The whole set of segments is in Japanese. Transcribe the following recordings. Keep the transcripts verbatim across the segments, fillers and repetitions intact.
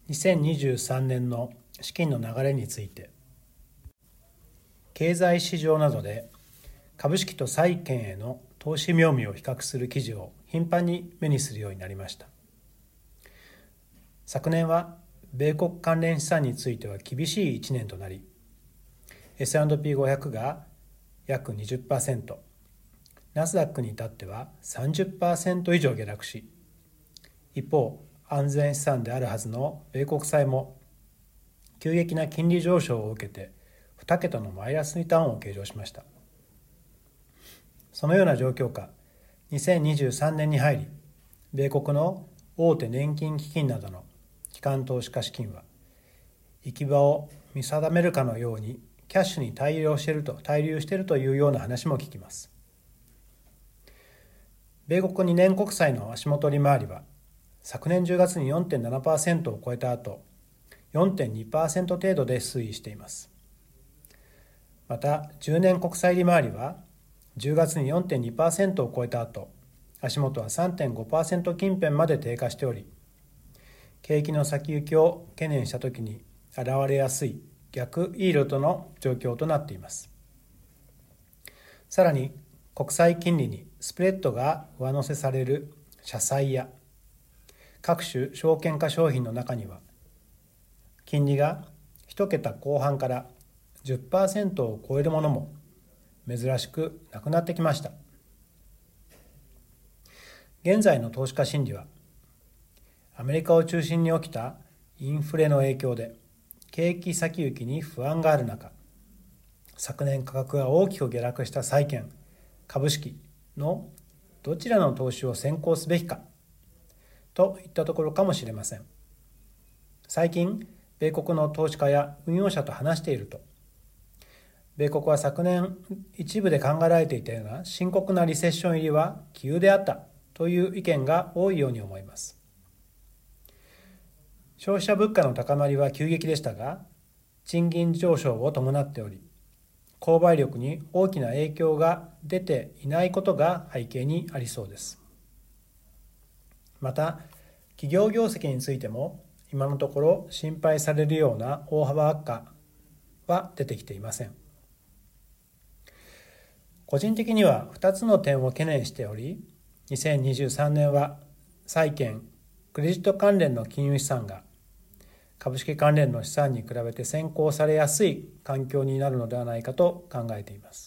にせんにじゅうさんねんの資金の流れについて、経済市場などで株式と債券への投資妙味を比較する記事を頻繁に目にするようになりました。昨年は米国関連資産については厳しいいちねんとなり、エスアンドピーごひゃく が約 にじゅっパーセント、ナスダックに至っては さんじゅっパーセント 以上下落し、一方安全資産であるはずの米国債も急激な金利上昇を受けてに桁のマイナスリターンを計上しました。そのような状況下、にせんにじゅうさんねんに入り、米国の大手年金基金などの機関投資家資金は行き場を見定めるかのようにキャッシュに滞留していると滞留しているというような話も聞きます。米国にねん国債の足元利回りは昨年じゅうがつに よんてんななパーセント を超えた後 よんてんにパーセント 程度で推移しています。またじゅうねん国債利回りはじゅうがつに よんてんにパーセント を超えた後、足元は さんてんごパーセント 近辺まで低下しており、景気の先行きを懸念したときに現れやすい逆イールドの状況となっています。さらに国債金利にスプレッドが上乗せされる社債や各種証券化商品の中には、金利がいち桁後半から じゅっパーセント を超えるものも珍しくなくなってきました。現在の投資家心理は、アメリカを中心に起きたインフレの影響で景気先行きに不安がある中、昨年価格が大きく下落した債券、株式のどちらの投資を先行すべきかといったところかもしれません。最近、米国の投資家や運用者と話していると、米国は昨年一部で考えられていたような深刻なリセッション入りは急であったという意見が多いように思います。消費者物価の高まりは急激でしたが、賃金上昇を伴っており、購買力に大きな影響が出ていないことが背景にありそうです。また、企業業績についても今のところ心配されるような大幅悪化は出てきていません。個人的にはふたつの点を懸念しており、にせんにじゅうさんねんは債券、クレジット関連の金融資産が株式関連の資産に比べて先行されやすい環境になるのではないかと考えています。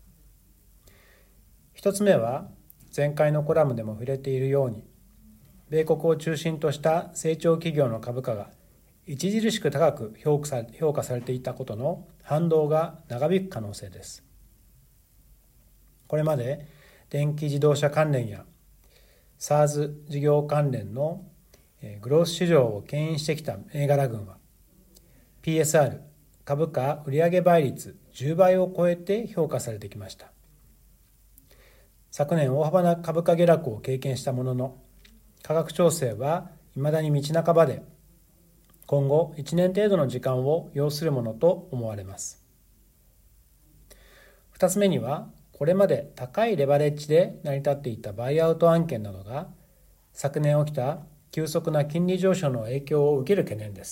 一つ目は、前回のコラムでも触れているように、米国を中心とした成長企業の株価が著しく高く評価され、評価されていたことの反動が長引く可能性です。これまで電気自動車関連や SaaS 事業関連のグロース市場を牽引してきた銘柄群は ピーエスアール 株価売上倍率じゅうばいを超えて評価されてきました。昨年大幅な株価下落を経験したものの、価格調整は未だに道半ばで、今後いちねん程度の時間を要するものと思われます。二つ目には、これまで高いレバレッジで成り立っていたバイアウト案件などが、昨年起きた急速な金利上昇の影響を受ける懸念です。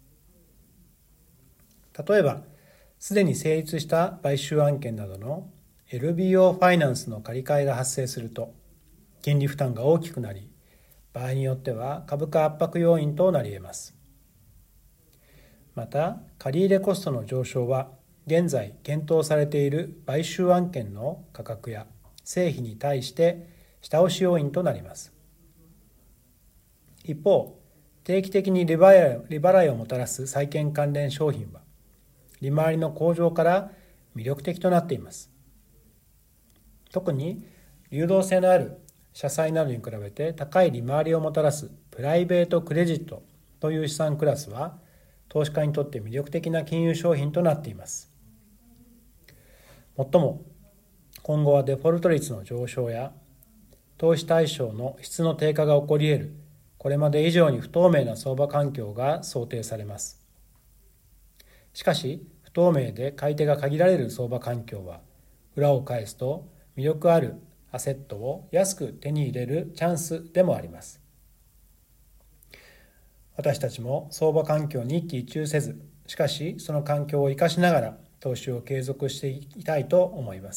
例えば、すでに成立した買収案件などの エルビーオー ファイナンスの借り換えが発生すると、金利負担が大きくなり、場合によっては株価圧迫要因となり得ます。また、借入コストの上昇は、現在検討されている買収案件の価格や成否に対して下押し要因となります。一方、定期的に利払い、利払いをもたらす債券関連商品は、利回りの向上から魅力的となっています。特に流動性のある社債などに比べて高い利回りをもたらすプライベートクレジットという資産クラスは、投資家にとって魅力的な金融商品となっています。もっとも、今後はデフォルト率の上昇や投資対象の質の低下が起こり得る、これまで以上に不透明な相場環境が想定されます。しかし、不透明で買い手が限られる相場環境は、裏を返すと魅力あるアセットを安く手に入れるチャンスでもあります。 私たちも相場環境に一喜一憂せず、しかしその環境を生かしながら投資を継続していきたいと思います。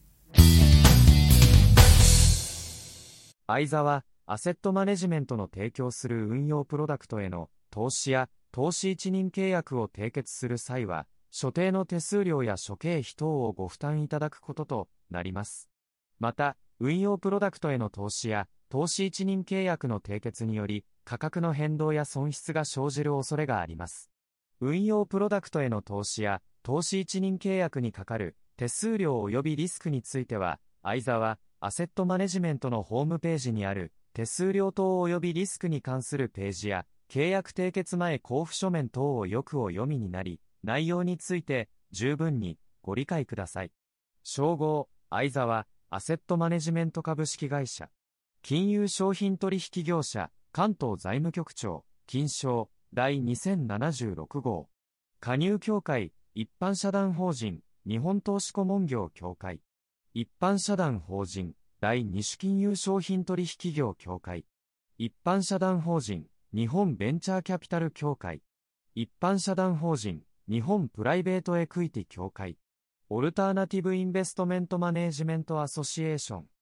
相沢アセットマネジメントの提供する運用プロダクトへの投資や投資一任契約を締結する際は、所定の手数料や諸経費等をご負担いただくこととなります。また、運用プロダクトへの投資や投資一任契約の締結により、価格の変動や損失が生じる恐れがあります。運用プロダクトへの投資や投資一任契約にかかる手数料及びリスクについては、相沢アセットマネジメントのホームページにある手数料等及びリスクに関するページや契約締結前交付書面等をよくお読みになり、内容について十分にご理解ください。称号相沢アセットマネジメント株式会社、金融商品取引業者関東財務局長金商第にせんななじゅうろく号、加入協会一般社団法人日本投資顧問業協会、一般社団法人第二種金融商品取引業協会、一般社団法人日本ベンチャーキャピタル協会、一般社団法人日本プライベートエクイティ協会、オルターナティブインベストメントマネージメントアソシエーション。